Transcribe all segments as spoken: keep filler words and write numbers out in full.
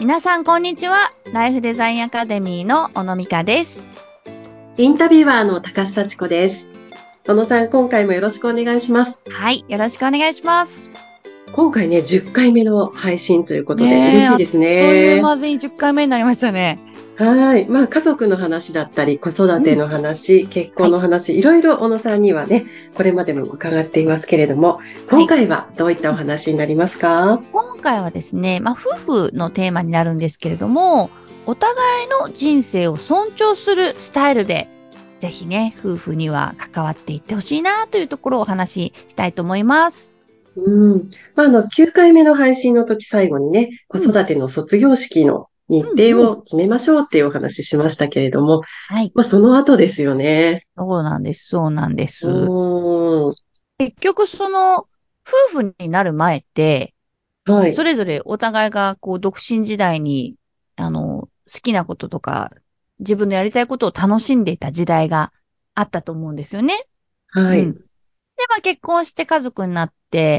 皆さんこんにちは。ライフデザインアカデミーの小野美香です。 インタビュアーの高須幸子です。小野さん、今回もよろしくお願いします。 はい、よろしくお願いします。 今回ね、じゅっかいめの配信ということでねえ、あっ嬉しいですというね。 間にじゅっかいめになりましたね。 はい。まあ、家族の話だったり、子育うん。 ての話、結はい。 婚の話、いろいろ小野さんにはね、これまでも伺っていますけれども、 はい。 今回はどういったお話になりますか？ 今回はですね、まあ、夫婦のテーマになるんですけれども、お互いの人生を尊重するスタイルで、ぜひね、夫婦には関わっていってほしいなというところをお話ししたいと思います。 うん。まあ、あの、きゅうかいめの配信の時最後にね、子うん。 育ての卒業式の日うんうん。 程を決めましょうっていうお話ししましたけれども、 はい。 まあ、その後ですよね。 そうなんです。そうなんでうす。 ーん。 結局その、夫婦になる前って、 はい。 それぞれお互いがこう独身時代に、あの、好きなこととか、自分のやりたいことを楽しんでいた時代があったと思うんですよね。 はい。 うん。で、まあ結婚して家族になって、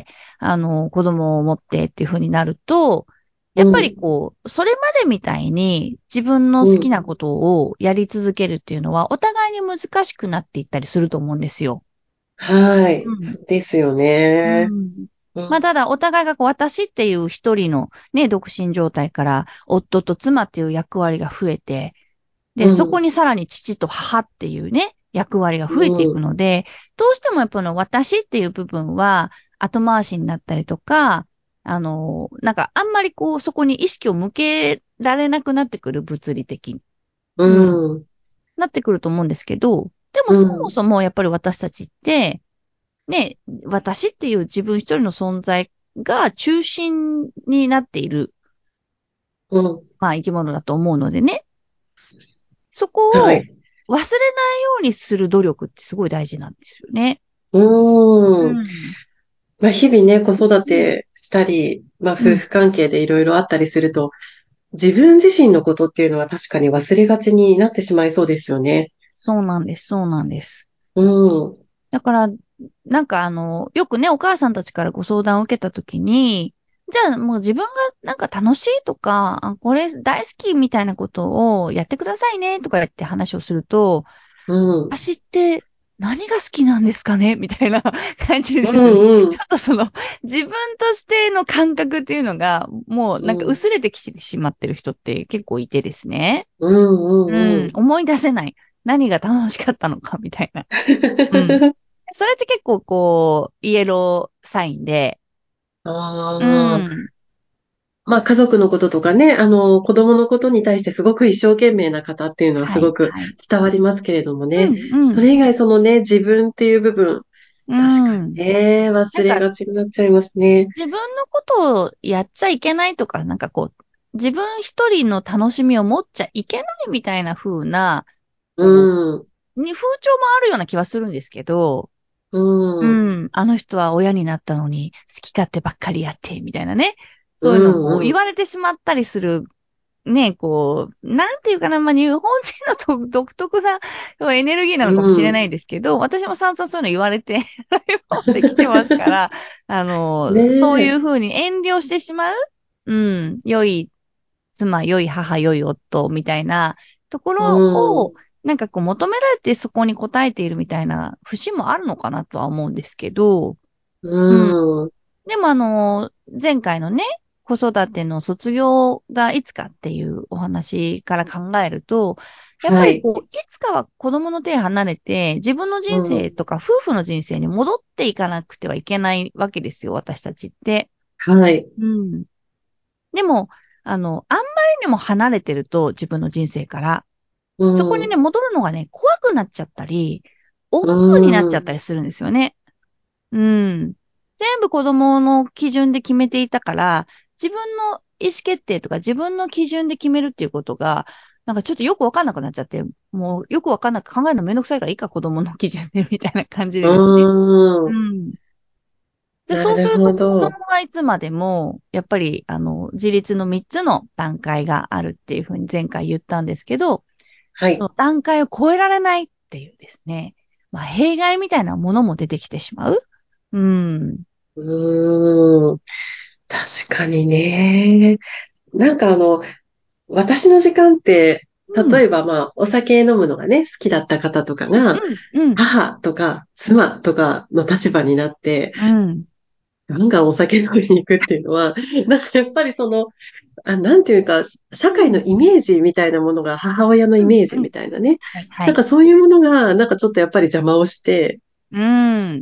あの、子供を持ってっていう風になると、やっぱりうん。 こう、それまでみたいに自分の好きうん。 なことをやり続けるっていうのは、お互いに難しくなっていったりすると思うんですよ。 はい。 うん。 そうですよね。 うん。 うん。 まあ、ただ、お互いがこう、私っていう一人のね、独身状態から、夫と妻っていう役割が増えて、で、そこうん。 にさらに父と母っていうね、役割が増えていくうん。 ので、どうしてもやっぱり私っていう部分は後回しになったりとか、あの、なんかあんまりこう、そこに意識を向けられなくなってくる物理的に。 ううん。 ん。 なってくると思うんですけど、でもうそもん。 そもやっぱり私たちって、ね、私っていう自分一人の存在が中心になっている、 うん。 まあ生き物だと思うのでね、そこをはい。 忘れないようにする努力ってすごい大事なんですよね。ううん。 ん。 まあ、日々ね、子育うん。 てしたり、まあ、 うん。 夫婦関係でいろいろあったりすると、自分自身のことっていうのは確かに忘れがちになってしまいそうですよね。 そうなんです、そうなんです。 うん。 だから、なんかあの、よくね、お母さんたちからご相談を受けたときに、じゃあもう自分がなんか楽しいとか、あ、これ大好きみたいなことをやってくださいねとか言って話をすると、 うん。 私って何が好きなんですかねみたいな感じうですね。 ん。うん。 ちょっとその自分としての感覚っていうのがもうなんかうん。 薄れてきてしまってる人って結構いてですね。 うん。ううん、 ん。 思い出せない。何が楽しかったのかみたいな。うん。それって結構こう、イエローサインで、うああ。 ん。 まあ、家族のこととかね、あの、子供のことに対してすごく一生懸命な方っていうのははい、 すごくはい。 伝わりますけれどもね。 うん、うん、 それ以外そのね、自分っていう部分、 う確かん。 にね、忘なんかれがちになっちゃいますね。 自分のことをやっちゃいけないとか、なんかこう、自分一人の楽しみを持っちゃいけないみたいな風な、 うこん、 う、に風潮もあるような気はするんですけど、 ううん、 ん、あの人は親になったのに好き勝手ばっかりやって、みたいなね。 うそういうのもん、うん、 言われてしまったりする、ね、こう、なんていうかな、まあ、日本人のと独特なエネルギーなうのかもしれなん。 いですけど、私も散々そういうの言われて、持ってきてますから、あねの、そういうえ。 ふうに遠慮してしまう、うん、良い妻、良い母、良い夫みたいなとこうろを、 ん、 なんかこう求められてそこに応えているみたいな節もあるのかなとは思うんですけど、うん。 うん、 でもあの、前回のね、子育ての卒業がいつかっていうお話から考えると、やっぱはい。 りこう、いつかは子供の手離れて、自分のう人生ん、 とか夫婦の人生に戻っていかなくてはいけないわけですよ、私たちって。 はい。 うん。でも、あの、あんまりにも離れてると、自分の人生から、 うそこにね、 ん、 戻るのがね、怖くなっちゃったり、 う億劫になっちゃったん、 りするんですよね。うん。全部子供の基準で決めていたから、自分の意思決定とか自分の基準で決めるっていうことが、なんかちょっとよくわかんなくなっちゃって、もうよくわかんなく考えるのめんどくさいからいいか子供の基準でみたいな感じでですね。 うん。 うん。で、 なるそうすると子供ほど。 はいつまでも、やっぱり、あの、自立のみっつの段階があるっていうふうに前回言ったんですけど、 はい。 その段階を超えられないっていうですね、まあ、弊害みたいなものも出てきてしまう。うん。 うーん。確かにね。 なんかあの、私の時間って、 うん、 例えばまあ、お酒飲むのがね、好きだった方とかが、 うん、うん、 母とか妻とかの立場になって、 うん、 ガンガンお酒飲みに行くっていうのは、なんかやっぱりその、あ、なんていうか、社会のうん、 イメージみたいなものが、母親のイうん、 メージうん。 みたいなね。 はい、はい。 なんかそういうものが、なんかちょっとやっぱり邪魔をして、 うん、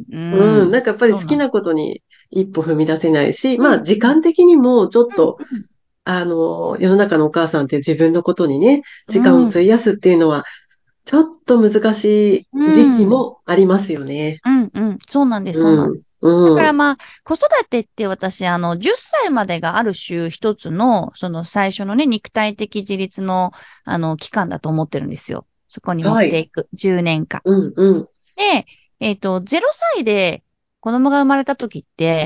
ううん、 ん。 なんかやっぱり好きなそうなんです。 ことに一歩踏み出せないし、 うん、 まあ時うん、 間的にもちょっと、 うん、 あの、世の中のお母さんって自分のことにね、 う時間をん、 費やすっていうのは、ちょっと難しうい時期ん、 もありますよね。 うん、うん。そうなんです、そうなんです。 うん、 だかうん。 らまあ、子育てって私、あの、じゅっさいまでがある種一つの、その最初のね、肉体的自立の、あの、期間だと思ってるんですよ。そこに持っはい。 ていく。じゅうねんかん。 うん、うん。 で、えっと、ゼロさいで子供が生まれた時って、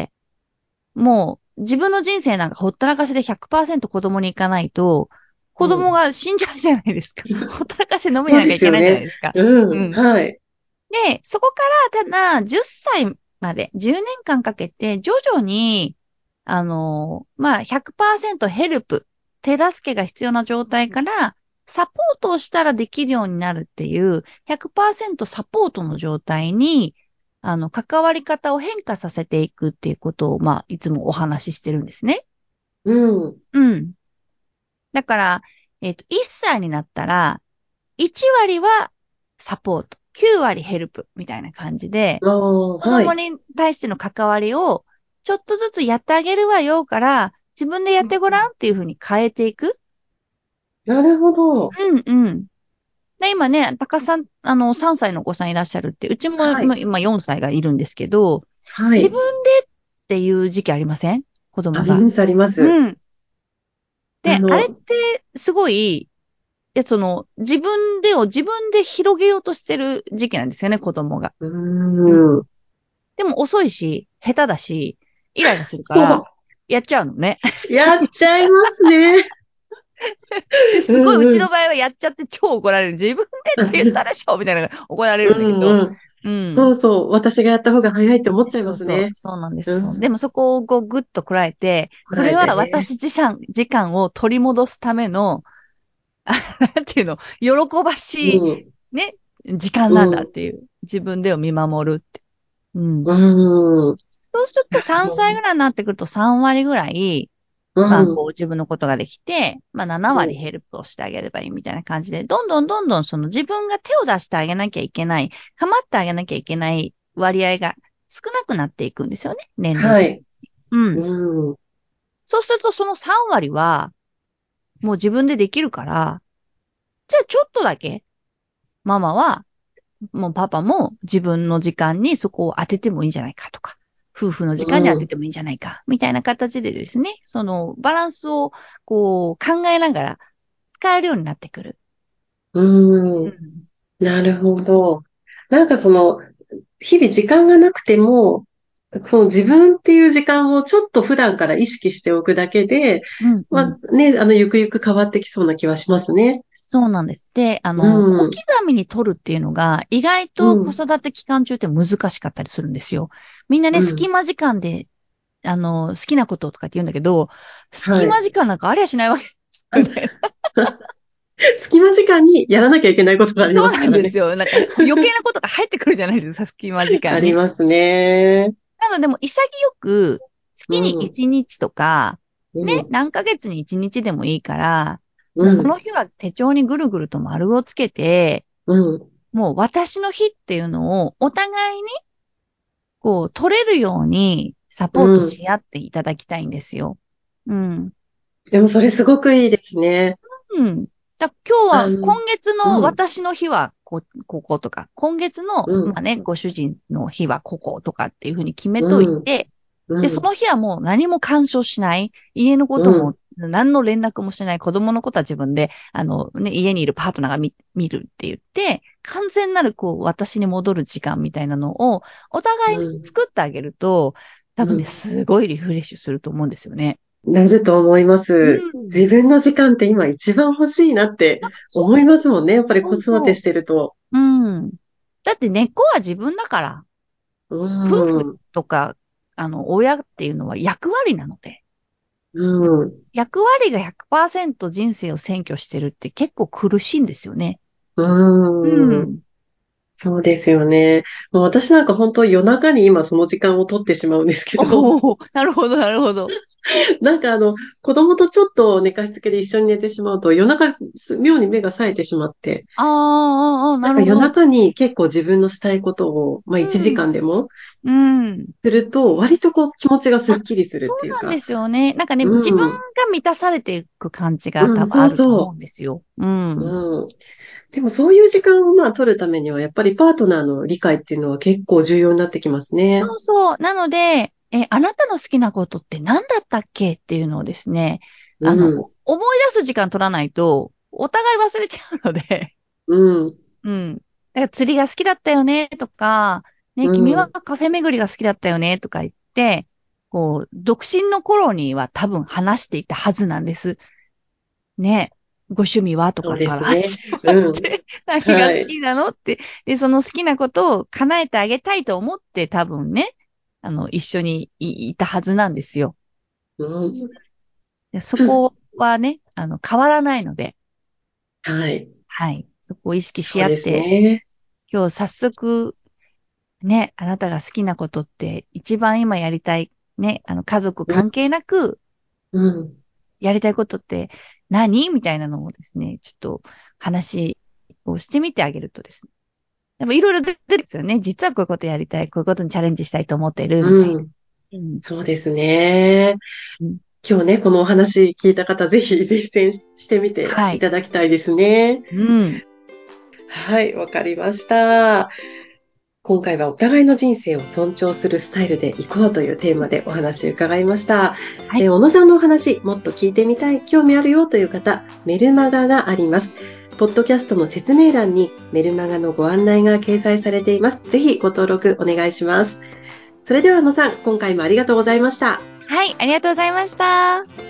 もう自分の人生なんかほったらかしでひゃくパーセント子供に行かないと、子供うん。 が死んじゃうじゃないですか。ほったらかして飲みにそうでなんかいけないじゃなすよね。 いですか。 うん、 うん。 はい。 で、そこからただじゅっさいまで、じゅうねんかんかんかけて徐々に、あの、まあ、ひゃくパーセントヘルプ、手助けが必要な状態から、サポートをしたらできるようになるっていう、ひゃくパーセントサポートの状態に、あの、関わり方を変化させていくっていうことを、まあ、いつもお話ししてるんですね。 うん。 うん。だから、えっと、いっさいになったら、いち割はサポート、きゅう割ヘルプみたいな感じで、 ああ、 子はい。 供に対しての関わりを、ちょっとずつやってあげるわよから、自分でやってごらんっていうふうに変えていく。 なるほど。 うんうん。で、今ね、高さん、あの、さんさいのお子さんいらっしゃるって、うちも、 はい。 ま今よんさいがいるんですけど、自分はい。 でっていう時期ありません？子供が。 あります、あります。 うん。で、あれっあの、 てすごい、いや、その、自分でを自分で広げようとしてる時期なんですよね、子供が。 ううん。 ーん。 でも遅いし、下手だし、イライラするから、 そやっちゃうのね。 う。やっちゃいますね。 で、 うすごい、うんうん。 ちの場合はやっちゃって超怒られる。自分でって言ったでしょみたいなのが怒られうるんだけど、 んうん。 うん。 そうそう。私がやった方が早いって思っちゃいそうそう、 ますね。 そうなんです。そう。でうん。 もそこをこうぐっとこらえて、 こらえこれはてね。 私自身、時間を取り戻すための、あなんていうの、喜ばしい、 うん。 ね、時間なんだうん。 っていう。自分でを見守るって。うん。 うん。 そうするとさんさいぐらいになってくるとさん割ぐらい、 うまあ、こうん。 自分のことができて、まあなな割ヘルプをしてあげればいいみたいな感じで、どんどんどんどんその自分が手を出してあげなきゃいけない、構ってあげなきゃいけない割合が少なくなっていくんですよね、年齢的に。 はい。 うん。 うん。 そうするとそのさん割はもう自分でできるから、じゃあちょっとだけママはもうパパも自分の時間にそこを当ててもいいんじゃないかとか、夫婦の時間にうん。 当ててもいいんじゃないか、みたいな形でですね、そのバランスをこう考えながら使えるようになってくる。 うん。 うん。 なるほど。なんかその、日々時間がなくても、その自分っていう時間をちょっと普段から意識しておくだけで、 うん、うん。 まあね、あの、ゆくゆく変わってきそうな気はしますね。 そうなんです。で、あうの、小刻ん。 みに取るっていうのが、意外うと子ん。 育て期間中って難しかったりするんですよ。みんなね、 うん。 隙間時間で、あの、好きなこととかって言うんだけど、隙間はい。 時間なんかありゃしないわけよね。 隙間時間にやらなきゃいけないことがありそうますからね。 なんですよ。なんか余計なことが入ってくるじゃないですか、隙間時間に。 ありますね。 なので、もう潔く、月にうん。 いちにちとか、ね、 うん。 何ヶ月にいちにちでもいいから、もうこうん。 の日は手帳にぐるぐると丸をつけて、 うん。 もう私の日っていうのをお互いにこう取れるようにサうポートん。 し合っていただきたいんですよ。うん。 でもそれすごくいいですね。 うん。だ今日は、 あの、 今月のうん。 私の日はこ、こことか、今月の、 うん。 まあね、ご主人の日はこことかっていうふうに決めというん。 て、で、そうん。 の日はもう何も干渉しない。家のことも、 うん。 何の連絡もしない。子供のことは自分で、あのね、家にいるパートナーが見、見るって言って、完全なるこう、私に戻る時間みたいなのを、お互いにうん。 作ってあげると、多分ね、 うん。 すごいリフレッシュすると思うんですよね。 なると思いまうす。 ん。 自分の時間って今一番欲しいなってそう思いますもんね。やっぱり子そうそ育てしてると。 う。うん。だって根っこは自分だから、 う夫婦ん。 とか、あの、親っていうのは役割なので。 うん。 役割がひゃくパーセント人生を占拠してるって結構苦しいんですよね。ううん。 ん。 そうですよね。もう私なんか本当夜中に今その時間を取ってしまうんですけど、 おお、なるほど、なるほど。 なんかあの、子供とちょっと寝かしつけで一緒に寝てしまうと夜中妙に目が冴えてしまって、 ああ、ああ、 なんか夜なるほど。 中に結構自分のしたいことを、まあ1 うん。 時間でもうん。 すると、割とこう気持ちがすっあ、 きりするそっていうか、 うなんですよね。なんかね、自分うん、 が満たされていく感じがうん、 多分あそうると思うそんですよ。うん。 う。うん。でもそういう時間をまあ取るためには、やっぱりパートナーの理解っていうのは結構重要になってきますね。 そうそう。なので、え、あなたの好きなことって何だったっけっていうのをですね、 うあの、 ん、 お思い出す時間取らないと、お互い忘れちゃうので、 うん、 うん。だから釣りが好きだったよねとか、ね、 う君はん。 カフェ巡りが好きだったよねとか言って、こう、独身の頃には多分話していたはずなんです。ね。ご趣味はとそうかかですね。 ら始まっうん。 て、何が好はい。 きなのって。で、その好きなことを叶えてあげたいと思って多分ね、あの、一緒にい、いたはずなんですよ。 うん。 でそこはね、あの、変わらないので、 はい。 はい。そこを意識しそうです合って、 ね。 今日早速、ね、あなたが好きなことって一番今やりたい、ね、あの家族うん、 関係なくうん。 やりたいことって何みたいなのをですね、ちょっと話をしてみてあげるとですね。でもいろいろ出てるんですよね。実はこういうことやりたい、こういうことにチャレンジしたいと思ってるみたいうん。 な。うん。 そうですね。 うん。 今日ね、このお話聞いた方、ぜひ実践してみてはい。 いただきたいですね。 うん。 はい、わかりました。今回はお互いの人生を尊重するスタイルでいこうというテーマでお話伺いました。 はい。 えー小野さんのお話、もっと聞いてみたい、興味あるよという方、メルマガがあります。ポッドキャストの説明欄にメルマガのご案内が掲載されています。ぜひご登録お願いします。それでは小野さん、今回もありがとうございました。 はい。ありがとうございました。